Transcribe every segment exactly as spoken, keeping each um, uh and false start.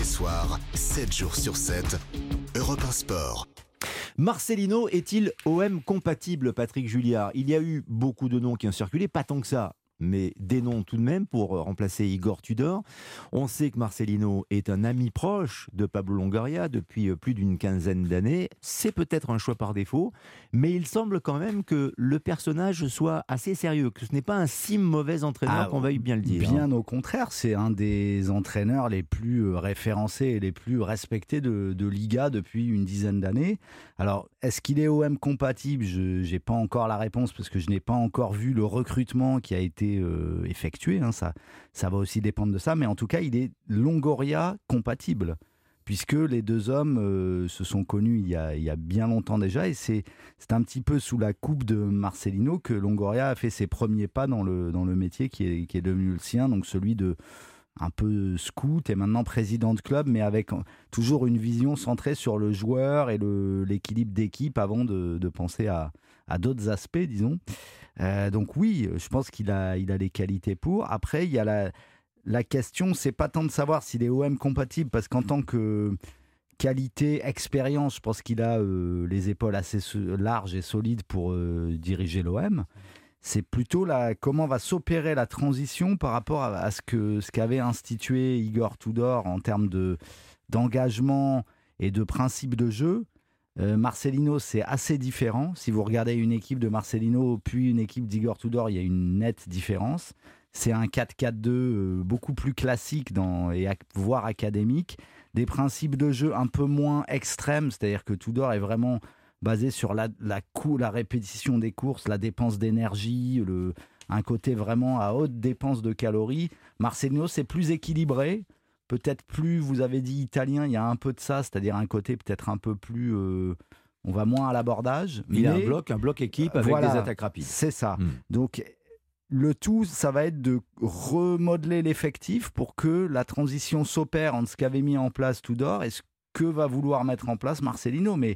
les soirs, sept jours sur sept, Europe un Sport. Marcelino est-il O M compatible, Patrick Julliard ? Il y a eu beaucoup de noms qui ont circulé, pas tant que ça, mais des noms tout de même pour remplacer Igor Tudor. On sait que Marcelino est un ami proche de Pablo Longoria depuis plus d'une quinzaine d'années. C'est peut-être un choix par défaut, mais il semble quand même que le personnage soit assez sérieux, que ce n'est pas un si mauvais entraîneur ah, qu'on veuille bien le dire. Bien au contraire, c'est un des entraîneurs les plus référencés et les plus respectés de, de Liga depuis une dizaine d'années. Alors, est-ce qu'il est O M compatible ? Je n'ai pas encore la réponse parce que je n'ai pas encore vu le recrutement qui a été euh, effectué. Hein, ça, ça va aussi dépendre de ça. Mais en tout cas, il est Longoria compatible puisque les deux hommes euh, se sont connus il y, a, il y a bien longtemps déjà. Et c'est, c'est un petit peu sous la coupe de Marcelino que Longoria a fait ses premiers pas dans le, dans le métier qui est, qui est devenu le sien, donc celui de un peu scout et maintenant président de club, mais avec toujours une vision centrée sur le joueur et le, l'équilibre d'équipe avant de, de penser à, à d'autres aspects, disons. Euh, donc oui, je pense qu'il a, il a les qualités pour. Après, il y a la, la question, c'est pas tant de savoir s'il est O M compatible, parce qu'en tant que qualité, expérience, je pense qu'il a euh, les épaules assez larges et solides pour euh, diriger l'O M. C'est plutôt la, comment va s'opérer la transition par rapport à, à ce, que, ce qu'avait institué Igor Tudor en termes de, d'engagement et de principe de jeu. Euh, Marcelino, c'est assez différent. Si vous regardez une équipe de Marcelino puis une équipe d'Igor Tudor, il y a une nette différence. C'est un quatre quatre deux euh, beaucoup plus classique dans, et voire académique. Des principes de jeu un peu moins extrêmes, c'est-à-dire que Tudor est vraiment basé sur la, la, cou- la répétition des courses, la dépense d'énergie, le, un côté vraiment à haute dépense de calories. Marcelino, c'est plus équilibré, peut-être plus, vous avez dit italien, il y a un peu de ça, c'est-à-dire un côté peut-être un peu plus... Euh, on va moins à l'abordage. Il y a un bloc, un bloc équipe avec voilà, des attaques rapides. C'est ça. Mmh. Donc, le tout, ça va être de remodeler l'effectif pour que la transition s'opère entre ce qu'avait mis en place Tudor et ce que va vouloir mettre en place Marcelino. Mais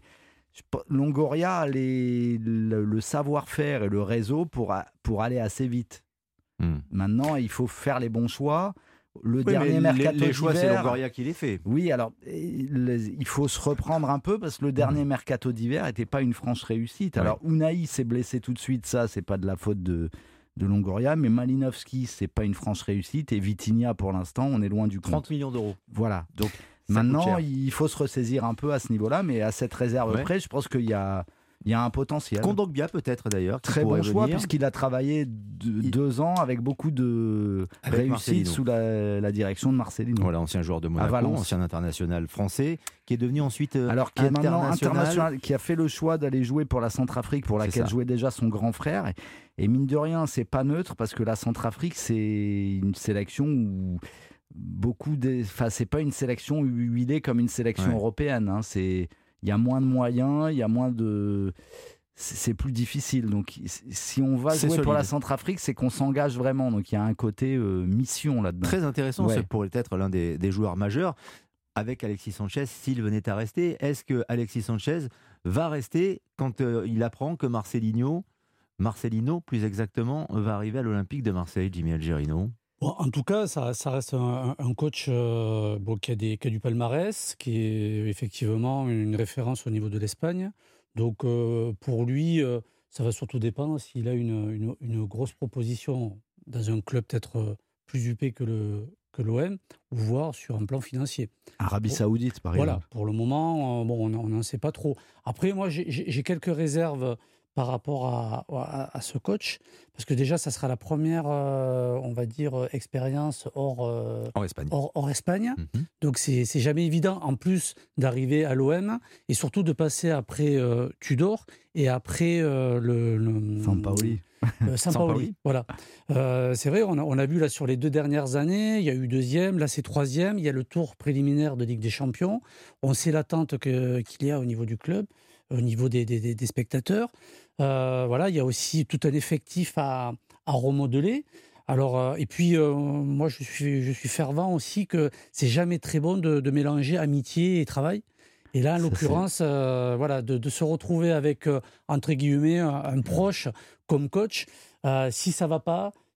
Longoria a les, le, le savoir-faire et le réseau pour, pour aller assez vite. Mmh. Maintenant, il faut faire les bons choix. Le oui, dernier mercato les, les choix, d'hiver, c'est Longoria qui les fait. Oui, alors les, il faut se reprendre un peu parce que le dernier mmh. mercato d'hiver n'était pas une franche réussite. Alors ouais. Unai s'est blessé tout de suite, ça, c'est pas de la faute de, de Longoria, mais Malinowski, c'est pas une franche réussite et Vitinha, pour l'instant, on est loin du compte. trente millions d'euros. Voilà, donc maintenant, il faut se ressaisir un peu à ce niveau-là, mais à cette réserve ouais. près, je pense qu'il y a, il y a un potentiel. Kondogbia peut-être d'ailleurs. Très bon choix, venir. Puisqu'il a travaillé de, il... deux ans avec beaucoup de avec réussite Marcelino. Sous la, la direction de Marcelino. Voilà, ancien joueur de Monaco, ancien international français, qui est devenu ensuite euh, Alors, qui est international. maintenant international, qui a fait le choix d'aller jouer pour la Centrafrique, pour laquelle jouait déjà son grand frère. Et, et mine de rien, c'est pas neutre, parce que la Centrafrique, c'est une sélection où... beaucoup de, enfin c'est pas une sélection huilée comme une sélection ouais. européenne. Hein. C'est, il y a moins de moyens, il y a moins de, c'est, c'est plus difficile. Donc si on va c'est jouer solide. Pour la Centrafrique, c'est qu'on s'engage vraiment. Donc il y a un côté euh, mission là-dedans. Très intéressant. Ouais. Ce pourrait être l'un des, des joueurs majeurs avec Alexis Sanchez s'il venait à rester. Est-ce que Alexis Sanchez va rester quand euh, il apprend que Marcelino, Marcelino plus exactement, va arriver à l'Olympique de Marseille, Jimmy Algerino? Bon, en tout cas, ça, ça reste un, un coach euh, bon, qui, a des, qui a du palmarès, qui est effectivement une référence au niveau de l'Espagne. Donc, euh, pour lui, euh, ça va surtout dépendre s'il a une, une, une grosse proposition dans un club peut-être plus huppé que, le, que l'O M, voire sur un plan financier. Arabie pour, Saoudite, par exemple. Voilà, pour le moment, euh, bon, on n'en sait pas trop. Après, moi, j'ai, j'ai quelques réserves par rapport à, à, à ce coach, parce que déjà, ça sera la première, euh, on va dire, expérience hors, euh, hors Espagne. Hors, hors Espagne. Mm-hmm. Donc, c'est, c'est jamais évident, en plus, d'arriver à l'O M, et surtout de passer après euh, Tudor, et après euh, le... le Sampaoli. Euh, Sampaoli, voilà. Euh, c'est vrai, on a, on a vu là sur les deux dernières années, il y a eu deuxième, là c'est troisième, il y a le tour préliminaire de Ligue des Champions, on sait l'attente que, qu'il y a au niveau du club, au niveau des, des, des spectateurs. Euh, voilà, il y a aussi tout un effectif à, à remodeler. Alors, euh, et puis, euh, moi, je suis, je suis fervent aussi que c'est jamais très bon de, de mélanger amitié et travail. Et là, en l'occurrence, euh, voilà, de, de se retrouver avec, euh, entre guillemets, un, un proche comme coach, euh, si ça ne va pas,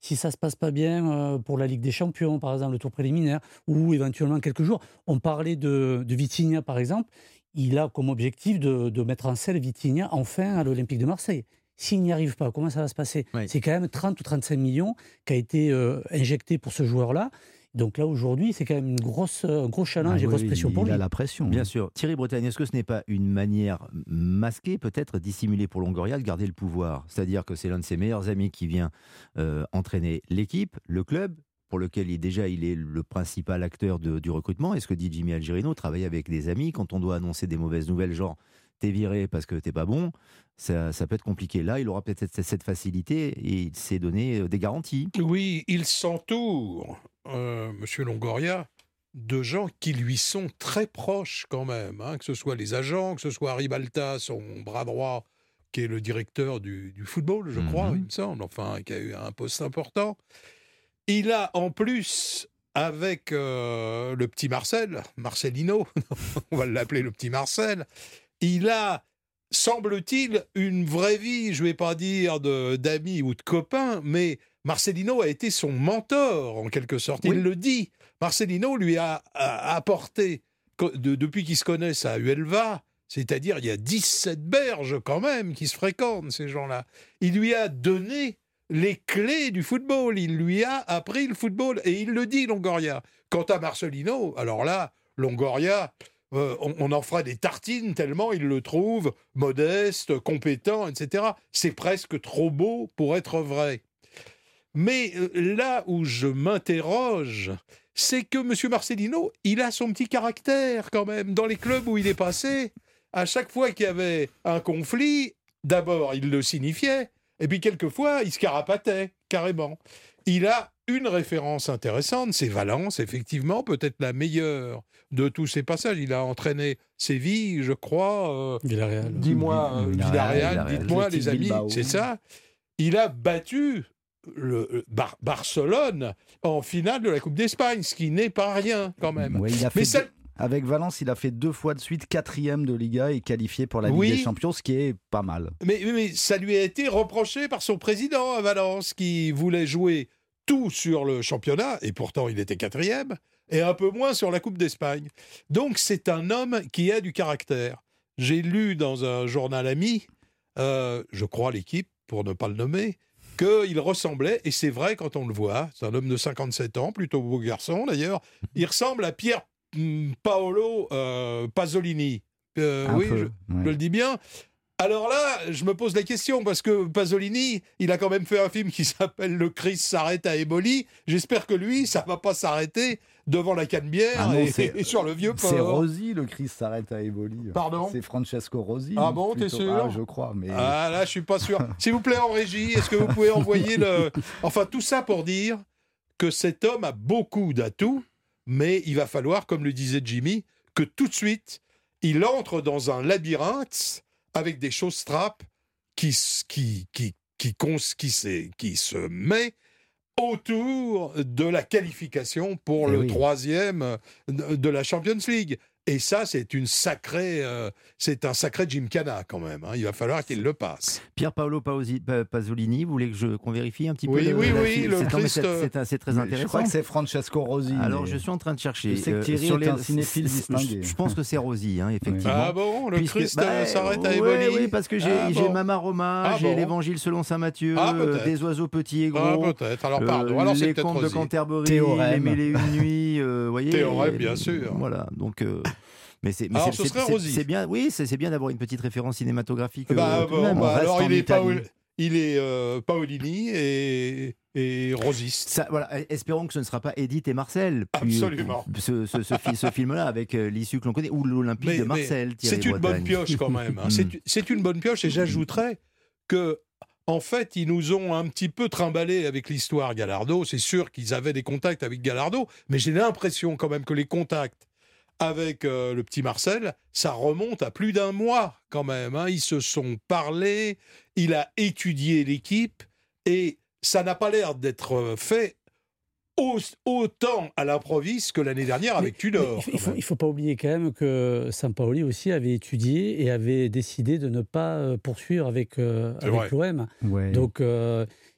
si ça se passe pas bien euh, pour la Ligue des Champions, par exemple, le tour préliminaire, ou éventuellement quelques jours. On parlait de, de Vitinha, par exemple. Il a comme objectif de, de mettre en selle Vitinha enfin à l'Olympique de Marseille. S'il n'y arrive pas, comment ça va se passer ? Oui. C'est quand même trente ou trente-cinq millions qui a été euh, injecté pour ce joueur-là. Donc là, aujourd'hui, c'est quand même une grosse, un gros challenge ah, et oui, grosse pression pour lui. Il a la pression. Bien sûr. Thierry Bretagne, est-ce que ce n'est pas une manière masquée, peut-être dissimulée pour Longoria, de garder le pouvoir ? C'est-à-dire que c'est l'un de ses meilleurs amis qui vient euh, entraîner l'équipe, le club, pour lequel il, déjà il est le principal acteur de, du recrutement. Et ce que dit Jimmy Algerino, travailler avec des amis, quand on doit annoncer des mauvaises nouvelles, genre t'es viré parce que t'es pas bon, ça, ça peut être compliqué. Là, il aura peut-être cette facilité et il s'est donné des garanties. Oui, il s'entoure, euh, Monsieur Longoria, de gens qui lui sont très proches quand même, hein, que ce soit les agents, que ce soit Ribalta, son bras droit, qui est le directeur du, du football, je crois, mm-hmm. il me semble, enfin, qui a eu un poste important. Il a en plus, avec euh, le petit Marcel, Marcelino, on va l'appeler le petit Marcel, il a, semble-t-il, une vraie vie, je ne vais pas dire de, d'amis ou de copains, mais Marcelino a été son mentor, en quelque sorte. Oui. Il le dit. Marcelino lui a, a apporté, de, depuis qu'ils se connaissent à Huelva, c'est-à-dire il y a dix-sept berges quand même qui se fréquentent, ces gens-là. Il lui a donné les clés du football. Il lui a appris le football. Et il le dit, Longoria. Quant à Marcelino, alors là, Longoria... Euh, on, on en fera des tartines tellement il le trouve modeste, compétent, et cetera. C'est presque trop beau pour être vrai. Mais euh, là où je m'interroge, c'est que M. Marcelino, il a son petit caractère quand même. Dans les clubs où il est passé, à chaque fois qu'il y avait un conflit, d'abord il le signifiait, et puis quelquefois il se carapatait carrément. Il a une référence intéressante, c'est Valence, effectivement, peut-être la meilleure de tous ces passages. Il a entraîné Séville, je crois. Euh, Villarreal. Dis-moi, euh, Villarreal, Villarreal, dites-moi, les amis, Bilbao. C'est ça. Il a battu le Bar- Barcelone en finale de la Coupe d'Espagne, ce qui n'est pas rien, quand même. Ouais, il a fait Mais ça... Avec Valence, il a fait deux fois de suite quatrième de Liga et qualifié pour la Ligue oui. des Champions, ce qui est pas mal. Mais, mais ça lui a été reproché par son président à Valence, qui voulait jouer tout sur le championnat, et pourtant il était quatrième, et un peu moins sur la Coupe d'Espagne. Donc c'est un homme qui a du caractère. J'ai lu dans un journal ami, euh, je crois l'Équipe, pour ne pas le nommer, qu'il ressemblait, et c'est vrai quand on le voit, c'est un homme de cinquante-sept ans, plutôt beau garçon d'ailleurs, il ressemble à Pierre Paolo euh, Pasolini. Euh, oui, peu, je, ouais. je le dis bien. Alors là, je me pose la question, parce que Pasolini, il a quand même fait un film qui s'appelle « Le Christ s'arrête à Éboli ». J'espère que lui, ça ne va pas s'arrêter devant la Canebière ah et, et sur le vieux port. C'est Rossi, le Christ s'arrête à Éboli. Pardon ? C'est Francesco Rossi. Ah bon, plutôt. T'es sûr ? Ah, je crois. Mais... Ah là, je ne suis pas sûr. S'il vous plaît, en régie, est-ce que vous pouvez envoyer le... Enfin, tout ça pour dire que cet homme a beaucoup d'atouts, mais il va falloir, comme le disait Jimmy, que tout de suite, il entre dans un labyrinthe avec des choses trappes qui, qui, qui, qui, qui, qui, qui se met autour de la qualification pour et le oui. troisième de la Champions League. Et ça, c'est une sacrée, euh, c'est un sacré gymkhana quand même. Hein. Il va falloir qu'il le passe. Pierre Paolo Pasolini, vous voulez que je, qu'on vérifie un petit oui, peu Oui, le, oui, oui. Le c'est, Christ... c'est, c'est, c'est très intéressant. Je crois que c'est Francesco Rossi. Alors, je suis en train de chercher. Je sais que Thierry sur est les... un cinéphile distingué. Je, je pense que c'est Rossi, hein, effectivement. Ah bon, le Puisque, Christ bah, s'arrête à Éboli. Oui, oui, parce que j'ai, ah j'ai bon. Mama Roma, ah j'ai bon. l'Évangile selon saint Matthieu, ah, des oiseaux petits et gros. Ah, peut-être. Alors, pardon. Alors, c'est les peut-être contes de Rossi. Canterbury, les Mille et une nuits, vous voyez. Théorème, bien sûr. Voilà, donc... Mais c'est, mais alors, c'est, ce serait c'est, Rossi. C'est bien, oui, c'est, c'est bien d'avoir une petite référence cinématographique. Bah, euh, bon, même. bah, alors, il est, Paol, il est euh, Paolini et, et Rosiste. Ça, voilà, espérons que ce ne sera pas Edith et Marcel. Puis, absolument. Euh, ce, ce, ce, ce film-là, avec euh, l'issue que l'on connaît, ou l'Olympique mais, de Marcel. C'est une bonne pioche quand même. Hein. c'est, c'est une bonne pioche, et j'ajouterais que. En fait, ils nous ont un petit peu trimballé avec l'histoire Gallardo. C'est sûr qu'ils avaient des contacts avec Gallardo, mais j'ai l'impression quand même que les contacts avec euh, le petit Marcel, ça remonte à plus d'un mois quand même. Hein. Ils se sont parlé, il a étudié l'équipe, et ça n'a pas l'air d'être fait au, autant à l'improviste que l'année dernière avec Tudor. Il ne faut, faut pas oublier quand même que Sampaoli aussi avait étudié et avait décidé de ne pas poursuivre avec, euh, avec l'O M. Ouais. Donc, euh,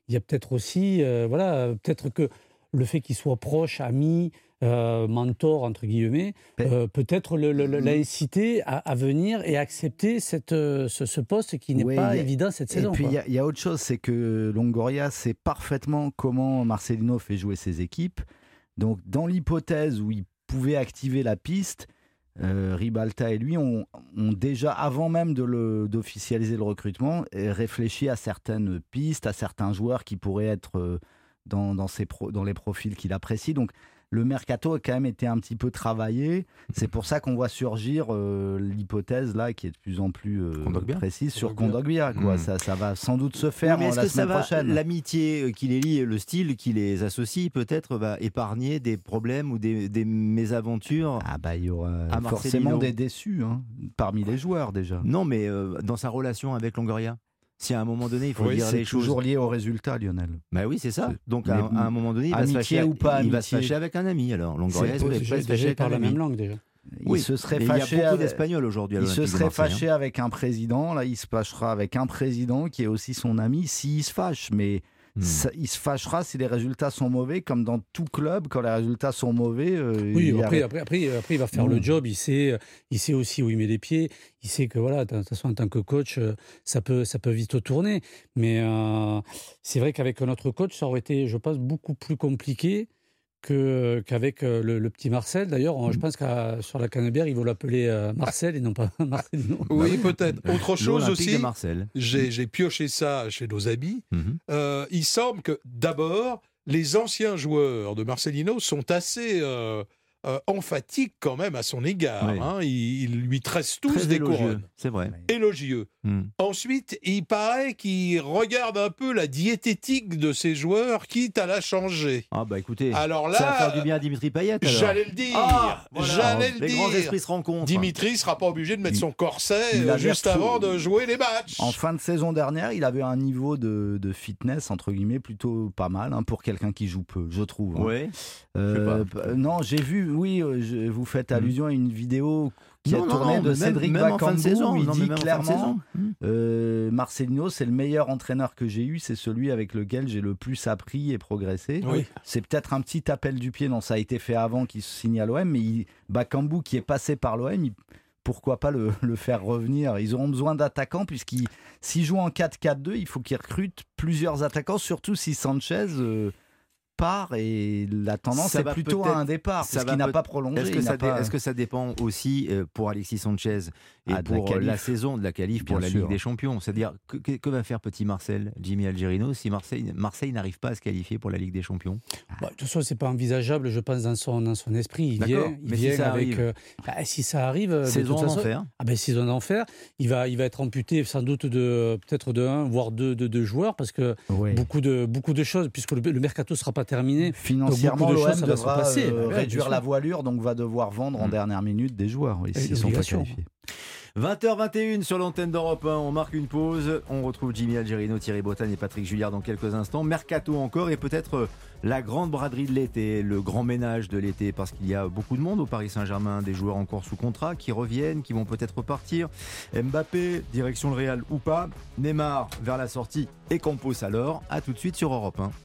il y a peut-être aussi, euh, voilà, peut-être que le fait qu'il soit proche, ami, euh, mentor, entre guillemets, euh, peut-être le, le, l'a incité à, à venir et accepter cette, euh, ce, ce poste qui n'est Oui, pas y a- évident cette Et saison. puis quoi. il y, y a autre chose, c'est que Longoria sait parfaitement comment Marcelino fait jouer ses équipes. Donc dans l'hypothèse où il pouvait activer la piste, euh, Ribalta et lui ont, ont déjà, avant même de le, d'officialiser le recrutement, euh, réfléchi à certaines pistes, à certains joueurs qui pourraient être euh, dans, dans, ses pro- dans les profils qu'il apprécie. Donc le mercato a quand même été un petit peu travaillé. C'est pour ça qu'on voit surgir euh, l'hypothèse là qui est de plus en plus euh, Kondogbia. précise sur Kondogbia. Kondogbia. Quoi. Mm. Ça, ça va sans doute se Oui, faire mais en est-ce la que ça semaine va, prochaine. l'amitié qui les lie et le style qui les associe, peut-être va épargner des problèmes ou des, des mésaventures? Ah bah il y aura À forcément Marcelino. des déçus hein, parmi les joueurs déjà. Non, mais euh, dans sa relation avec Longoria. Si à un moment donné, il faut Oui, dire C'est les choses. toujours lié au résultat, Lionel. Bah oui, c'est ça. C'est- Donc mais à, à un moment donné, il va, se amitié fâcher, ou pas il va se amitié. fâcher avec un ami. Alors Longoria, C'est il va Déjà, se déjà, fâcher il avec un parle la ami. même langue déjà. Oui, il se serait mais il y a fâché beaucoup avec- d'Espagnols aujourd'hui à Il se l'Olympique de serait Marseille, hein. fâché avec un président, là il se fâchera avec un président qui est aussi son ami s'il se fâche, mais Hmm. ça- il se fâchera si les résultats sont mauvais, comme dans tout club, quand les résultats sont mauvais. euh, Oui, il y a- après, après, après, après, il va faire Non. le job, il sait, il sait aussi où il met les pieds, il sait que voilà, de toute façon, en tant que coach, euh, ça peut, ça peut vite tourner. Mais euh, c'est vrai qu'avec un autre coach, ça aurait été, je pense, beaucoup plus compliqué que, qu'avec euh, le, le petit Marcel. D'ailleurs, on- je pense que sur la Canebière, ils vont l'appeler euh, Marcel et non pas Marcelino. Oui, peut-être. Autre chose L'Olympique aussi, de Marseille. j'ai j'ai pioché ça chez nos amis. Mhm. Euh, il semble que, d'abord, les anciens joueurs de Marcelino sont assez euh, euh, emphatiques quand même à son égard. Oui. hein. Ils, ils lui tressent tous Très des élogieux, couronnes. c'est vrai. Élogieux. Hmm. Ensuite, il paraît qu'il regarde un peu la diététique de ses joueurs, quitte à la changer. Ah bah écoutez, Alors ça va là, faire du bien à Dimitri Payet. alors. j'allais le dire. Ah, voilà. J'allais le Les grands dire. esprits se rencontrent. Dimitri sera pas obligé de mettre Il- son corset il euh, avait juste retrouvé- avant de jouer les matchs. En fin de saison dernière, il avait un niveau de, de fitness, entre guillemets, plutôt pas mal hein, pour quelqu'un qui joue peu, je trouve. hein. Ouais. Euh, Je sais p- non, j'ai vu, oui, euh, je- vous faites Mhm. allusion à une vidéo qui Non, a non, tourné non, de mais Cédric même, même en fin de Bakambu, saison. où il non, mais dit même en fin de clairement saison. Hmm. euh, Marcelino, c'est le meilleur entraîneur que j'ai eu, c'est celui avec lequel j'ai le plus appris et progressé. Oui. C'est peut-être un petit appel du pied, non, ça a été fait avant qu'il se signe à l'O M, mais il, Bakambu qui est passé par l'O M, il- pourquoi pas le, le faire revenir. Ils auront besoin d'attaquants, puisqu'ils s'ils jouent en quatre quatre deux, il faut qu'ils recrutent plusieurs attaquants, surtout si Sanchez euh, part, et la tendance Ça est va plutôt à peut-être- un départ, ça parce va qu'il n'a peut- pas prolongé. Est-ce que, il ça n'a dé- pas- est-ce que ça dépend aussi euh, pour Alexis Sanchez et Ah, de la pour euh, la qualif. saison de la qualif pour Bien la sûr. Ligue des Champions? C'est-à-dire, que, que- que va faire petit Marcel, Jimmy Algerino, si Marseille, Marseille n'arrive pas à se qualifier pour la Ligue des Champions? Bah, de toute façon, c'est pas envisageable, je pense, dans son, dans son esprit. Il D'accord, vient, il mais si vient ça avec. arrive. euh, bah, si ça arrive, de Saison toute en façon, enfer. ah ben, saison d'enfer, il va, il va être amputé sans doute de peut-être de un, voire deux, de deux joueurs, parce que Ouais. beaucoup de beaucoup de choses, puisque le, le mercato sera pas terminé. Financièrement, Donc, beaucoup de l'O M choses, ça va se devra passer. euh, Bah ouais, bien réduire sûr. la voilure, donc va devoir vendre en Mm. dernière minute des joueurs, oui, Et s'ils sont pas l'obligation. qualifiés. vingt heures vingt et une sur l'antenne d'Europe un, on marque une pause, on retrouve Jimmy Algerino, Thierry Botan et Patrick Julliard dans quelques instants. Mercato encore et peut-être euh, la grande braderie de l'été, le grand ménage de l'été, parce qu'il y a beaucoup de monde au Paris Saint-Germain, des joueurs encore sous contrat qui reviennent, qui vont peut-être repartir. Mbappé, direction le Real ou pas, Neymar vers la sortie et Campos alors. À tout de suite sur Europe un.